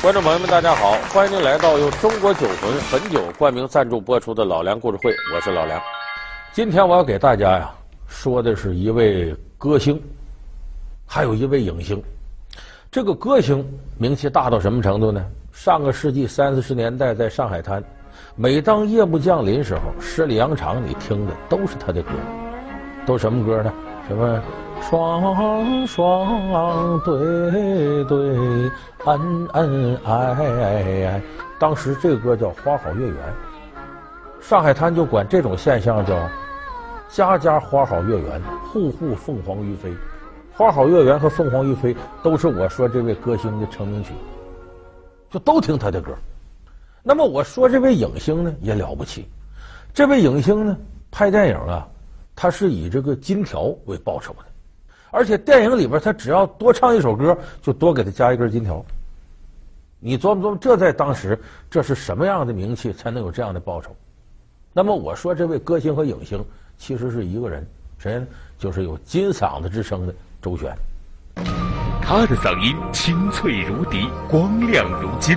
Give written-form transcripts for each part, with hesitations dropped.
观众朋友们，大家好，欢迎您来到由中国酒魂汾酒冠名赞助播出的《老梁故事会》，我是老梁。今天我要给大家说的是一位歌星，还有一位影星。这个歌星名气大到什么程度呢？上个世纪30、40年代，在上海滩，每当夜幕降临时候，十里洋场你听的都是他的歌，都什么歌呢？什么双双对对恩恩爱爱，当时这个歌叫花好月圆，上海滩就管这种现象叫家家花好月圆，户户凤凰于飞。花好月圆和凤凰于飞都是我说这位歌星的成名曲，就都听他的歌。那么我说这位影星呢也了不起，这位影星呢拍电影他是以这个金条为报酬的，而且电影里边他只要多唱一首歌，就多给他加一根金条。你琢磨琢磨，这在当时这是什么样的名气才能有这样的报酬？那么我说这位歌星和影星其实是一个人，谁呢？就是有金嗓子之称的周璇。 他的嗓音清脆如笛，光亮如金。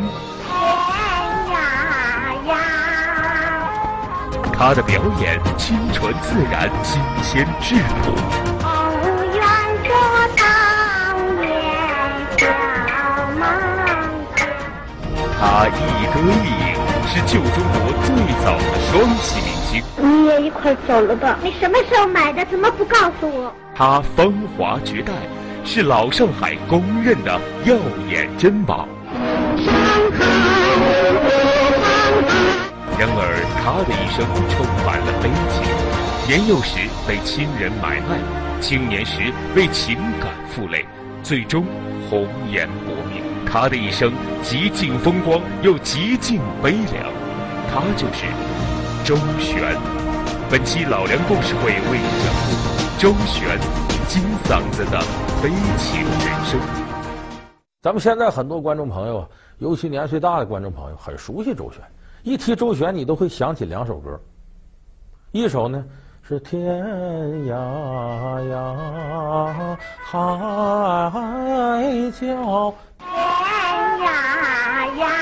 他的表演清纯自然，新鲜质朴。他一歌一影，是旧中国最早的双栖明星。 你也一块走了吧？你什么时候买的？怎么不告诉我？ 他芳华绝代，是老上海公认的耀眼珍宝。然而他的一生充满了悲情，年幼时被亲人买卖，青年时为情感负累，最终红颜薄命。他的一生极尽风光，又极尽悲凉，他就是周璇。本期老梁故事会为你讲述周璇金嗓子的悲情人生。 咱们现在很多观众朋友尤其年岁大的观众朋友很熟悉周璇，一提周璇你都会想起两首歌，一首呢是天涯呀海角， 天涯呀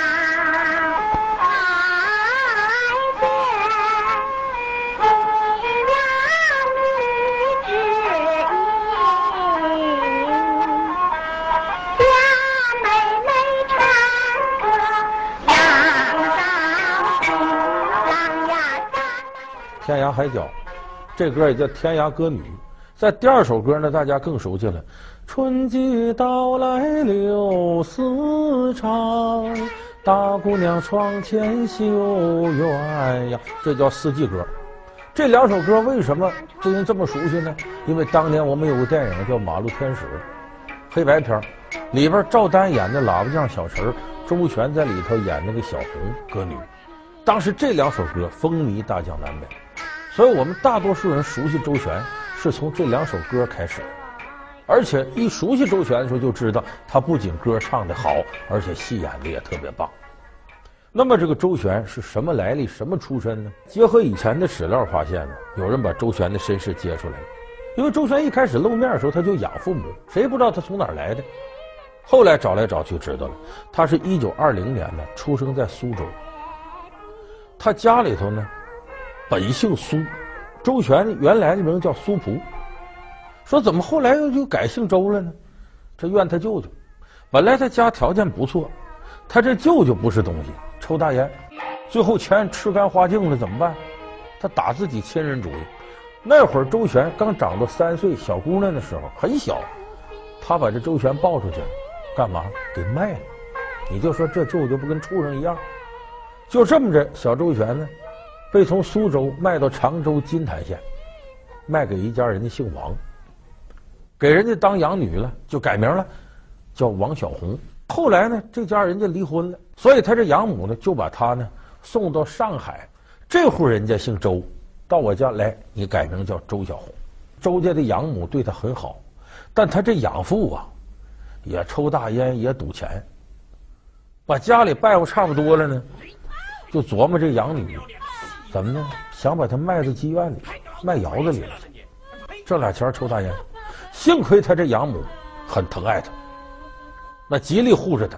天涯海角，这歌也叫天涯歌女。在第二首歌呢，大家更熟悉了，春季到来柳丝长，大姑娘窗前绣鸳鸯，这叫四季歌。这两首歌为什么最近这么熟悉呢？因为当年我们有个电影叫《马路天使》，黑白片，里边赵丹演的喇叭匠小陈，周璇在里头演那个小红歌女。当时这两首歌风靡大江南北，所以我们大多数人熟悉周璇是从这两首歌开始，而且一熟悉周璇的时候就知道他不仅歌唱得好，而且戏演的也特别棒。那么这个周璇是什么来历，什么出身呢？结合以前的史料发现呢，有人把周璇的身世揭出来了。因为周璇一开始露面的时候他就养父母，谁不知道他从哪儿来的？后来找来找去知道了，他是1920年呢出生在苏州。他家里头呢本姓苏，周璇原来的名叫苏璞，说怎么后来又改姓周了呢？这怨他舅舅。本来他家条件不错，他这舅舅不是东西，抽大烟，最后钱吃干花净了，怎么办？他打自己亲人主意。那会儿周璇刚长到3岁小姑娘的时候，很小，他把这周璇抱出去干嘛？给卖了。你就说这舅舅不跟畜生一样？就这么着，小周璇呢被从苏州卖到常州金坛县，卖给一家人家姓王，给人家当养女了，就改名了，叫王小红。后来呢这家人家离婚了，所以他这养母呢就把他呢送到上海，这户人家姓周，到我家来，你改名叫周小红。周家的养母对他很好，但他这养父也抽大烟也赌钱，把家里败活差不多了呢，就琢磨这养女怎么呢？想把她卖到妓院里，卖窑子里了去，挣俩钱抽大烟。幸亏他这养母很疼爱他，那极力护着他，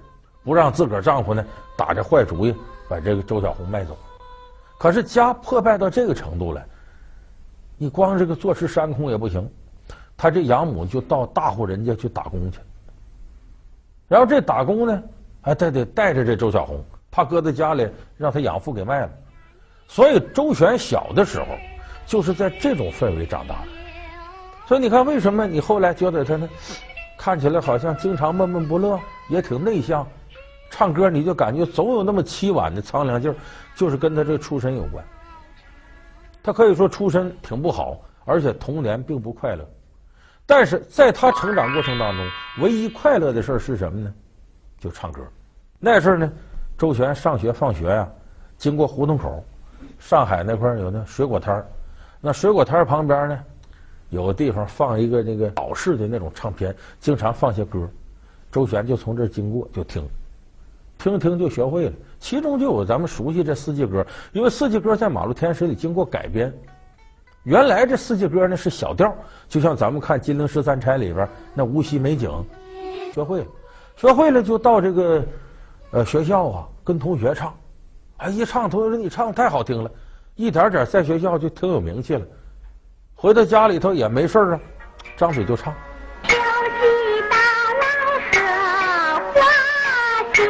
不让自个儿丈夫呢打这坏主意，把这个周小红卖走。可是家破败到这个程度了，你光这个坐吃山空也不行，他这养母就到大户人家去打工去。然后这打工呢，还得带着这周小红，怕搁在家里让他养父给卖了。所以周旋小的时候就是在这种氛围长大的。所以你看，为什么你后来觉得他呢，看起来好像经常闷闷不乐，也挺内向，唱歌你就感觉总有那么凄婉的苍凉劲儿，就是跟他这出身有关。他可以说出身挺不好，而且童年并不快乐。但是在他成长过程当中，唯一快乐的事是什么呢？就唱歌。那阵儿呢，周旋上学放学呀，经过胡同口，上海那块儿有那水果摊儿，那水果摊儿旁边呢，有个地方放一个那个老式的那种唱片，经常放些歌，周旋就从这儿经过就听，听就学会了。其中就有咱们熟悉这四季歌，因为四季歌在马路天使里经过改编。原来这四季歌呢是小调，就像咱们看《金陵十三钗》里边那无锡美景，学会了就到这个学校啊跟同学唱，一唱同学说你唱太好听了，一点点在学校就挺有名气了。回到家里头也没事啊，张嘴就唱。 秋季到来荷花香，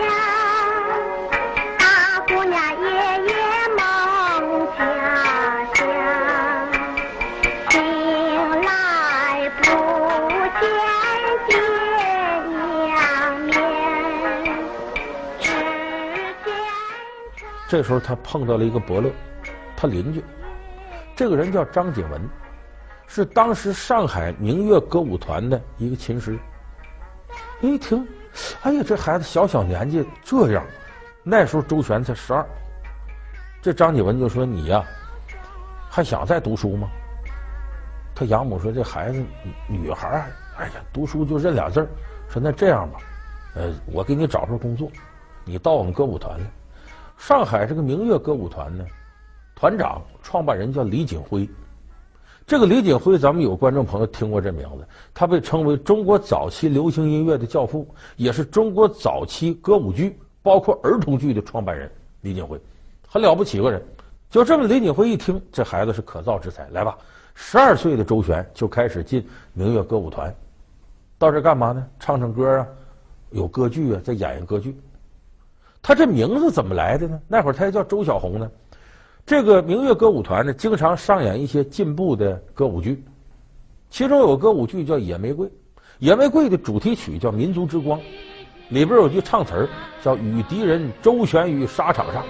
大姑娘夜夜梦家乡，醒来不见爹娘面，只见这时候他碰到了一个伯乐，他邻居，这个人叫张景文，是当时上海明月歌舞团的一个琴师。一听，哎呀，这孩子小年纪这样，那时候周旋才12。这张景文就说：“你呀，还想再读书吗？”他养母说：“这孩子女孩，哎呀，读书就认俩字儿。说那这样吧，我给你找份工作，你到我们歌舞团来。上海这个明月歌舞团呢，团长创办人叫李锦辉。这个李锦辉，咱们有观众朋友听过这名字，他被称为中国早期流行音乐的教父，也是中国早期歌舞剧包括儿童剧的创办人。李锦辉很了不起个人。就这么，李锦辉一听这孩子是可造之才，来吧，12岁的周旋就开始进明月歌舞团，到这干嘛呢？唱歌啊，有歌剧啊，在演歌剧。他这名字怎么来的呢？那会儿他也叫周小红呢。这个明月歌舞团呢，经常上演一些进步的歌舞剧，其中有歌舞剧叫《野玫瑰》，《野玫瑰》的主题曲叫《民族之光》，里边有句唱词儿叫“与敌人周旋于沙场上”。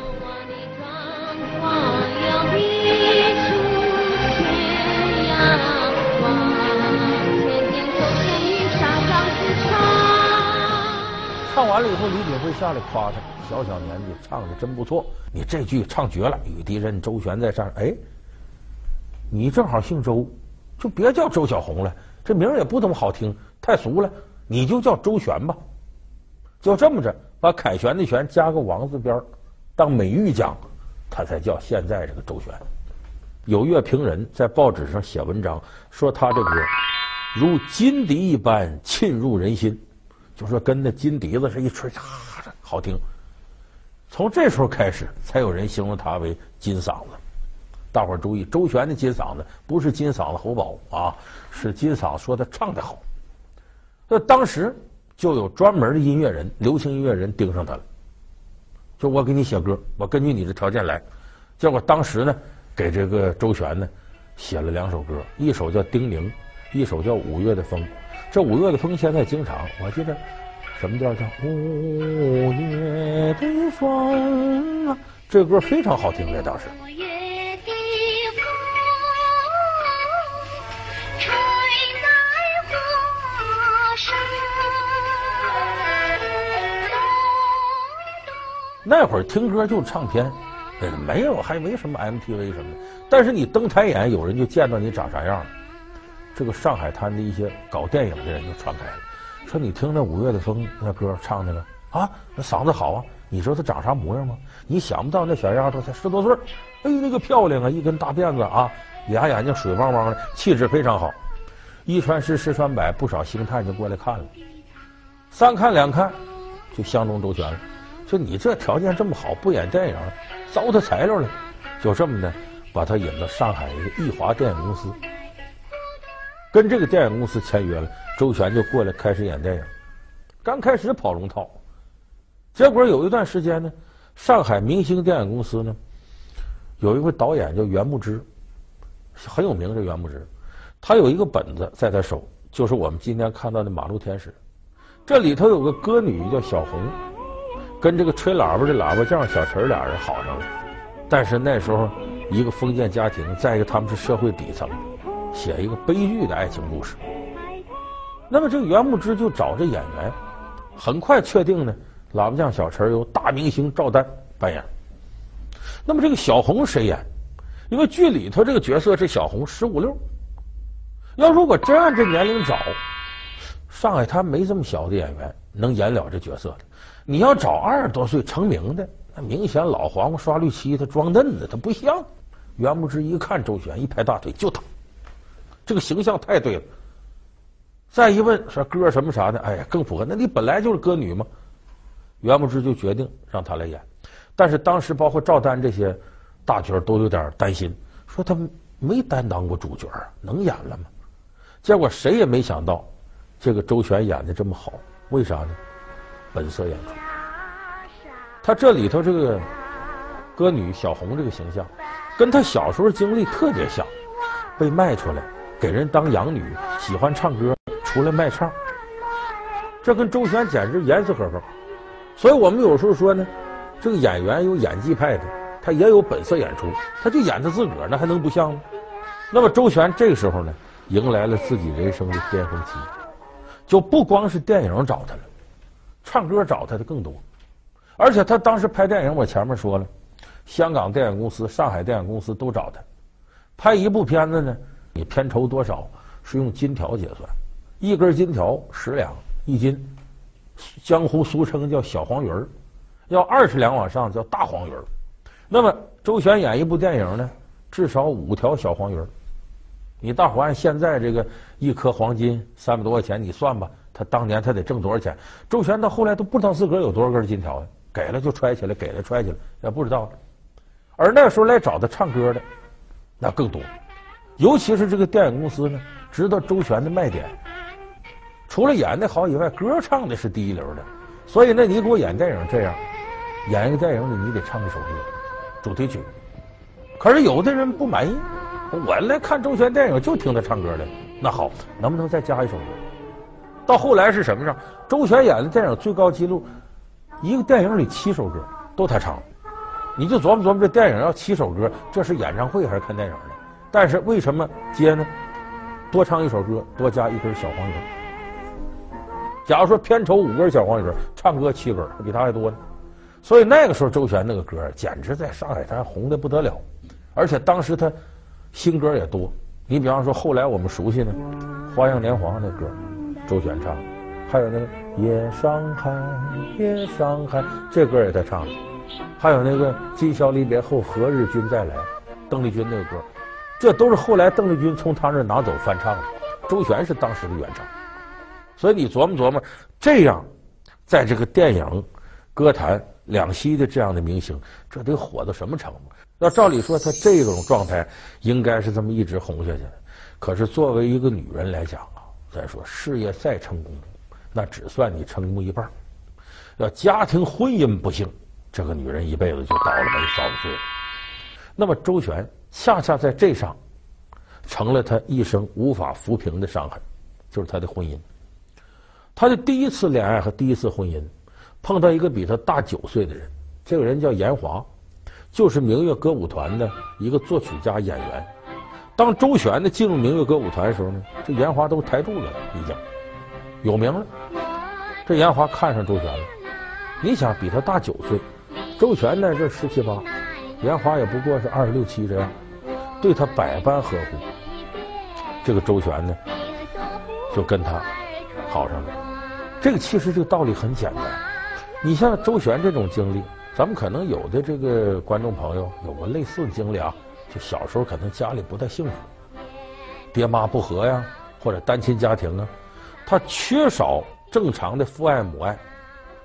唱完了以后，李锦辉下来夸他，小年纪唱的真不错，你这句唱绝了，与敌人周旋在上。哎，你正好姓周，就别叫周小红了，这名儿也不怎么好听，太俗了，你就叫周旋吧。就这么着，把凯旋的旋加个王字边当美誉讲，他才叫现在这个周旋。有乐评人在报纸上写文章说他这歌如金笛一般沁入人心，就说跟那金笛子是一吹，好听。从这时候开始，才有人形容他为金嗓子。大伙儿注意，周旋的金嗓子不是金嗓子喉宝啊，是金嗓子说他唱得好。那当时就有专门的音乐人，流行音乐人盯上他了，就我给你写歌，我根据你的条件来。结果当时呢，给这个周旋呢写了2首歌，一首叫《叮咛》，一首叫《五月的风》。这《五月的风》现在经常，我记得什么调叫《五月的风》啊，这歌非常好听在当时。那会儿听歌就是唱片，还没什么 MTV 什么的。但是你登台演，有人就见到你长啥样了。这个上海滩的一些搞电影的人就传开了，说你听那五月的风那歌唱那个啊，那嗓子好啊，你知道他长啥模样吗？你想不到那小丫头才10多岁，哎，那个漂亮啊，一根大辫子啊，俩眼睛水汪汪的，气质非常好。一传十，十传百，不少星探就过来看了，3看2看， 就相中周旋了，说你这条件这么好，不演电影，糟蹋材料了。就这么的，把他引到上海一个艺华电影公司，跟这个电影公司签约了。周旋就过来开始演电影，刚开始跑龙套，结果有一段时间呢，上海明星电影公司呢，有一位导演叫袁牧之，很有名。这袁牧之，他有一个本子在他手，就是我们今天看到的《马路天使》，这里头有个歌女叫小红，跟这个吹喇叭的喇叭匠小陈俩人好上了。但是那时候一个封建家庭，再一个他们是社会底层，写一个悲剧的爱情故事。那么这个袁牧之就找这演员，很快确定呢，喇叭匠小陈由大明星赵丹扮演。那么这个小红谁演？因为剧里头这个角色，这小红15、16，要如果真按这年龄找，上海滩没这么小的演员能演了这角色的。你要找20多岁成名的，那明显老黄瓜刷绿漆，他装嫩的，他不像。袁牧之一看周旋，一拍大腿，就他，这个形象太对了。再一问说歌什么啥的，哎呀，更符合。那你本来就是歌女嘛。袁牧之就决定让他来演，但是当时包括赵丹这些大角都有点担心，说他没担当过主角，能演了吗？结果谁也没想到，这个周旋演的这么好，为啥呢？本色演出。他这里头这个歌女小红这个形象，跟他小时候经历特别像，被卖出来给人当养女，喜欢唱歌，出来卖唱，这跟周旋简直严丝合缝。所以我们有时候说呢，这个演员有演技派的，他也有本色演出，他就演他自个儿，那还能不像吗？那么周旋这个时候呢，迎来了自己人生的巅峰期，就不光是电影找他了，唱歌找他的更多。而且他当时拍电影，我前面说了，香港电影公司、上海电影公司都找他拍一部片子呢，你片酬多少是用金条结算，一根金条10两1斤，江湖俗称叫小黄鱼儿，要20两往上叫大黄鱼儿。那么周旋演一部电影呢，至少5条小黄鱼儿。你大伙按现在这个1颗黄金300多块钱，你算吧，他当年他得挣多少钱？周旋到后来都不知道自个儿有多少根金条呀，给了就揣起来，给了揣起来，也不知道。而那时候来找他唱歌的那更多，尤其是这个电影公司呢，知道周旋的卖点，除了演的好以外，歌唱的是第一流的。所以呢，你给我演电影这样，演一个电影里你得唱一首歌，主题曲。可是有的人不满意，我来看周旋电影就听他唱歌的，那好，能不能再加一首歌？到后来是什么上？周旋演的电影最高纪录，一个电影里7首歌都他唱。你就琢磨琢磨，这电影要7首歌，这是演唱会还是看电影的？但是为什么接呢？多唱一首歌，多加1根小黄鱼。假如说片酬5根小黄鱼，唱歌7根，比他还多呢。所以那个时候周旋那个歌简直在上海滩红的不得了，而且当时他新歌也多。你比方说后来我们熟悉呢，《花样年华》那歌，周旋唱，还有那个《夜上海夜上海》，这歌也他唱了。还有那个今宵离别后何日君再来，邓丽君那个歌，这都是后来邓丽君从他那拿走翻唱的，周旋是当时的原唱。所以你琢磨琢磨，这样在这个电影歌坛两栖的这样的明星，这得火到什么程度？要照理说他这种状态应该是这么一直红下去的，可是作为一个女人来讲啊，再说事业再成功，那只算你成功一半，要家庭婚姻不幸，这个女人一辈子就倒了霉遭了罪了。那么周旋恰恰在这上成了他一生无法抚平的伤痕，就是他的婚姻。他的第一次恋爱和第一次婚姻碰到一个比他大9岁的人，这个人叫严华，就是明月歌舞团的一个作曲家演员。当周旋的进入明月歌舞团的时候呢，这严华都抬柱了，已经有名了。这严华看上周旋了，你想比他大9岁，周旋在这17、18，严华也不过是26、27这样，对他百般呵护。这个周旋呢，就跟他好上了。这个其实这个道理很简单，你像周旋这种经历，咱们可能有的这个观众朋友有过类似的经历啊，就小时候可能家里不太幸福，爹妈不和呀，或者单亲家庭啊，他缺少正常的父爱母爱，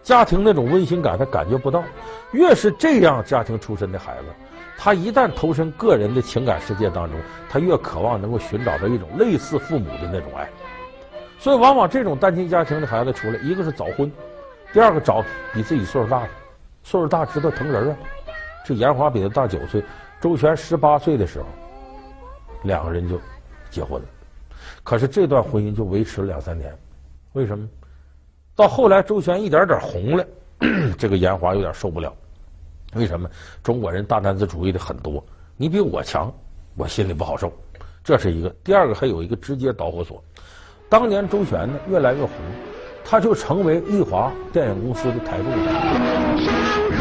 家庭那种温馨感他感觉不到。越是这样家庭出身的孩子，他一旦投身个人的情感世界当中，他越渴望能够寻找到一种类似父母的那种爱。所以往往这种单亲家庭的孩子出来，一个是早婚，第二个找比自己岁数大的，岁数大知道疼人啊。这严华比他大9岁，周旋18岁的时候，两个人就结婚了。可是这段婚姻就维持了2、3年，为什么？到后来周旋一点点红了，这个严华有点受不了。为什么？中国人大男子主义的很多，你比我强，我心里不好受，这是一个。第二个还有一个直接导火索，当年周旋呢越来越红，他就成为艺华电影公司的台柱子。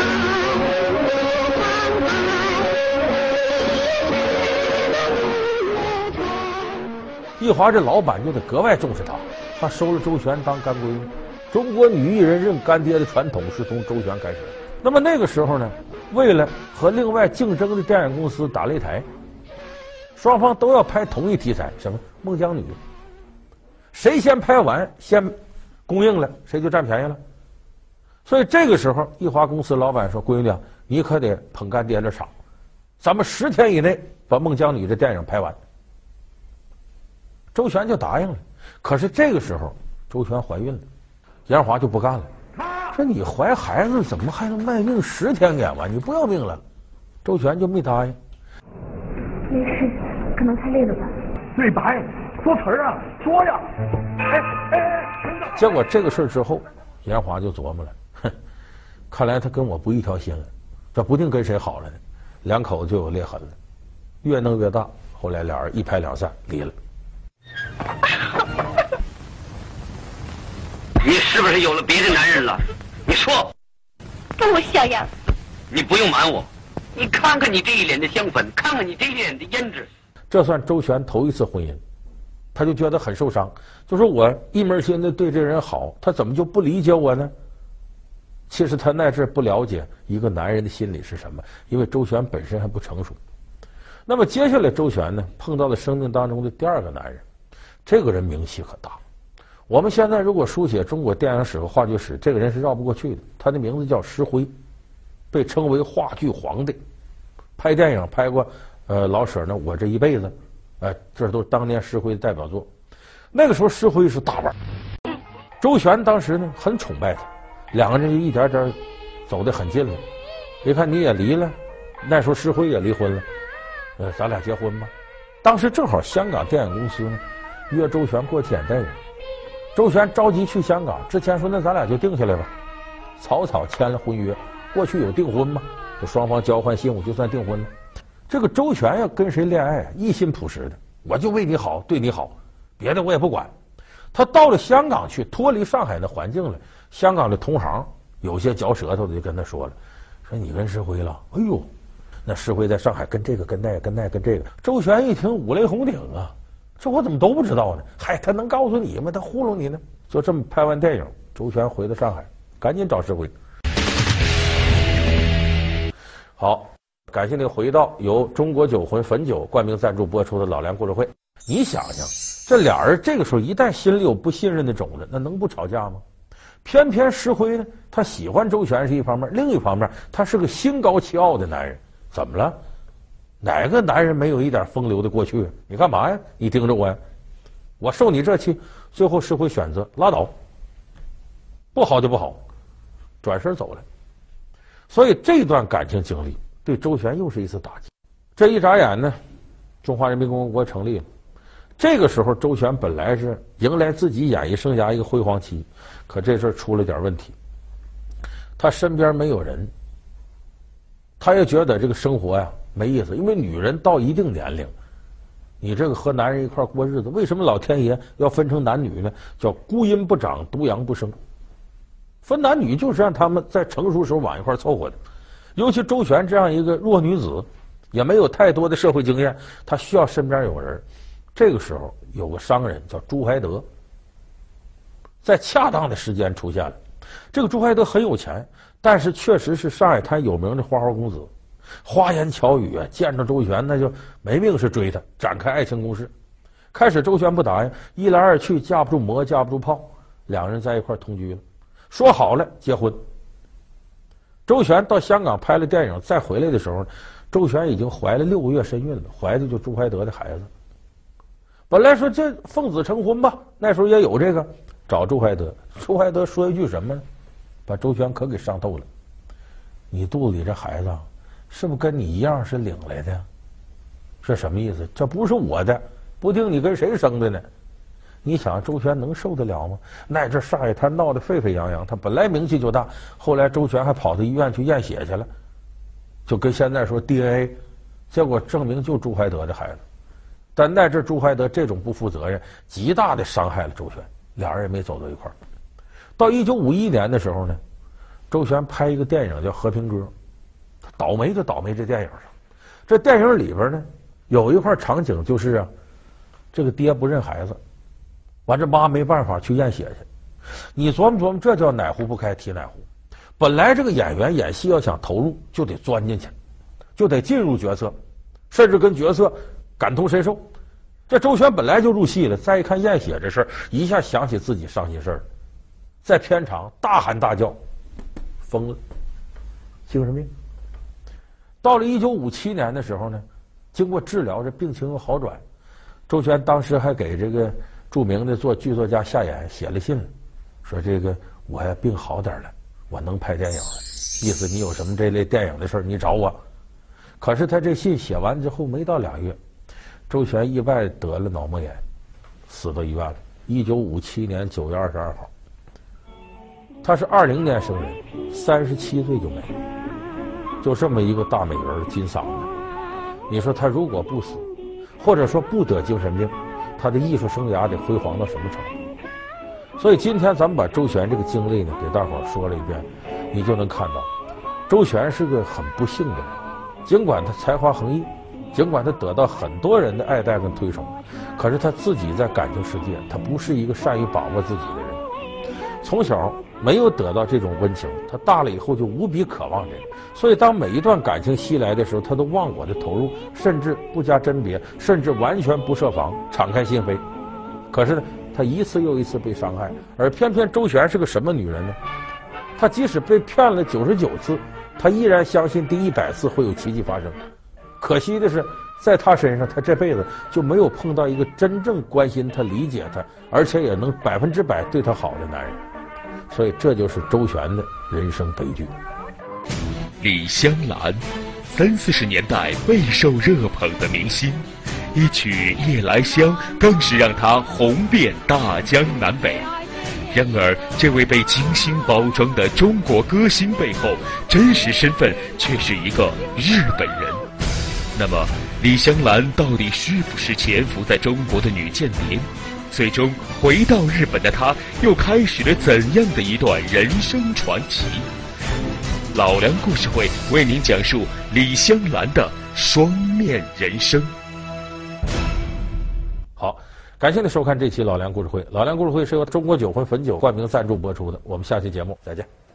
艺华这老板就得格外重视他，他收了周旋当干闺女。中国女艺人认干爹的传统是从周旋开始。那么那个时候呢，为了和另外竞争的电影公司打擂台，双方都要拍同一题材，什么孟姜女，谁先拍完先公映了，谁就占便宜了。所以这个时候，艺华公司老板说：“闺女啊，你可得捧干爹的场，咱们10天以内把孟姜女这电影拍完。”周旋就答应了。可是这个时候，周旋怀孕了，严华就不干了，说：“你怀孩子怎么还能卖命10天演完？你不要命了？”周旋就没答应。 没事，可能太累了吧。 对白，说词儿啊，说呀。 结果这个事儿之后，严华就琢磨了，哼，看来他跟我不一条心了，这不定跟谁好了呢。两口子就有裂痕了，越弄越大。后来俩人一拍两散，离了。 你是不是有了别的男人了？你说。 跟我小样。 你不用瞒我，你看看你这一脸的香粉，看看你这一脸的胭脂。 这算周旋头一次婚姻，他就觉得很受伤，就说我一门心思对这人好，他怎么就不理解我呢？其实他那阵不了解一个男人的心理是什么，因为周旋本身还不成熟。那么接下来周旋呢，碰到了生命当中的第二个男人，这个人名气可大。我们现在如果书写中国电影史和话剧史，这个人是绕不过去的。他的名字叫石辉，被称为话剧皇帝，拍电影拍过老舍呢我这一辈子，这都是当年石辉的代表作。那个时候石辉是大腕，周旋当时呢很崇拜他，两个人就一点点走得很近了。一看你也离了，那时候石辉也离婚了，咱俩结婚吧。当时正好香港电影公司呢约周旋过去演电影，周旋着急去香港，之前说那咱俩就定下来吧，草草签了婚约。过去有订婚嘛，就双方交换信物就算订婚了。这个周旋要跟谁恋爱，一心朴实的，我就为你好，对你好，别的我也不管。他到了香港去，脱离上海的环境了，香港的同行有些嚼舌头的就跟他说了，说你跟石辉了，哎呦，那石辉在上海跟这个跟那个跟那跟这个。周旋一听五雷轰顶啊，这我怎么都不知道呢？嗨，他能告诉你吗？他糊弄你呢？就这么拍完电影，周旋回到上海，赶紧找石辉。好，感谢您回到由中国酒魂汾酒冠名赞助播出的老梁故事会。你想想，这俩人这个时候一旦心里有不信任的种子，那能不吵架吗？偏偏石辉呢，他喜欢周旋是一方面，另一方面他是个心高气傲的男人。怎么了？哪个男人没有一点风流的过去？你干嘛呀？你盯着我呀？我受你这气。最后石辉选择拉倒，不好就不好，转身走了。所以这段感情经历对周旋又是一次打击。这一眨眼呢，中华人民共和国成立了。这个时候周旋本来是迎来自己演艺生涯一个辉煌期，可这事儿出了点问题。他身边没有人，他也觉得这个生活呀没意思，因为女人到一定年龄，你这个和男人一块过日子，为什么老天爷要分成男女呢？叫孤阴不长，独阳不生。分男女就是让他们在成熟时候往一块凑合的。尤其周旋这样一个弱女子，也没有太多的社会经验，她需要身边有人。这个时候有个商人叫朱怀德，在恰当的时间出现了。这个朱怀德很有钱，但是确实是上海滩有名的花花公子，花言巧语啊，见着周旋那就没命是追他，展开爱情攻势。开始周旋不答应，一来二去架不住磨，架不住泡，两人在一块同居了。 说好了结婚。周璇到香港拍了电影，再回来的时候，周璇已经怀了6个月身孕了，怀的就朱怀德的孩子。本来说这奉子成婚吧，那时候也有这个，找朱怀德。朱怀德说一句什么呢？把周璇可给伤透了。你肚子里这孩子是不是跟你一样是领来的？是什么意思？这不是我的，不定你跟谁生的呢？你想周璇能受得了吗？那这上海滩闹得沸沸扬扬，他本来名气就大，后来周璇还跑到医院去验血去了，就跟现在说 DNA， 结果证明就朱怀德的孩子。但那这朱怀德这种不负责任，极大的伤害了周璇，俩人也没走到一块儿。到1951年的时候呢，周璇拍一个电影叫《和平歌》，倒霉就倒霉这电影上。这电影里边呢，有一块场景就是啊，这个爹不认孩子，完这妈没办法去验血去。你琢磨琢磨，这叫哪壶不开提哪壶。本来这个演员演戏要想投入，就得钻进去，就得进入角色，甚至跟角色感同身受。这周璇本来就入戏了，再一看验血这事儿，一下想起自己伤心事儿，在片场大喊大叫，疯了，精神病。到了1957年的时候呢，经过治疗，这病情有好转。周璇当时还给这个著名的剧作家夏衍写了信，说这个我呀病好点了，我能拍电影了，意思你有什么这类电影的事儿你找我。可是他这信写完之后没到2月，周璇意外得了脑膜炎，死到医院了。1957年9月22号，他是20年生人，37岁就没了，就这么一个大美人金嗓子。你说他如果不死，或者说不得精神病，他的艺术生涯得辉煌到什么程度？所以今天咱们把周璇这个经历呢给大伙儿说了一遍，你就能看到周璇是个很不幸的人。尽管他才华横溢，尽管他得到很多人的爱戴跟推崇，可是他自己在感情世界，他不是一个善于把握自己的人。从小没有得到这种温情，他大了以后就无比渴望这个。所以当每一段感情袭来的时候，他都忘我的投入，甚至不加甄别，甚至完全不设防，敞开心扉。可是呢，他一次又一次被伤害，而偏偏周璇是个什么女人呢？她即使被骗了99次，她依然相信第100次会有奇迹发生。可惜的是，在她身上，她这辈子就没有碰到一个真正关心她、理解她，而且也能100%对她好的男人。所以这就是周璇的人生悲剧。 李香兰，30-40年代备受热捧的明星，一曲《夜来香》更是让她红遍大江南北。然而，这位被精心包装的中国歌星背后，真实身份却是一个日本人。那么，李香兰到底是不是潜伏在中国的女间谍？最终回到日本的她，又开始了怎样的一段人生传奇？老梁故事会为您讲述李香兰的双面人生。 好，感谢您收看这期老梁故事会。老梁故事会是由中国酒魂汾酒冠名赞助播出的。我们下期节目再见。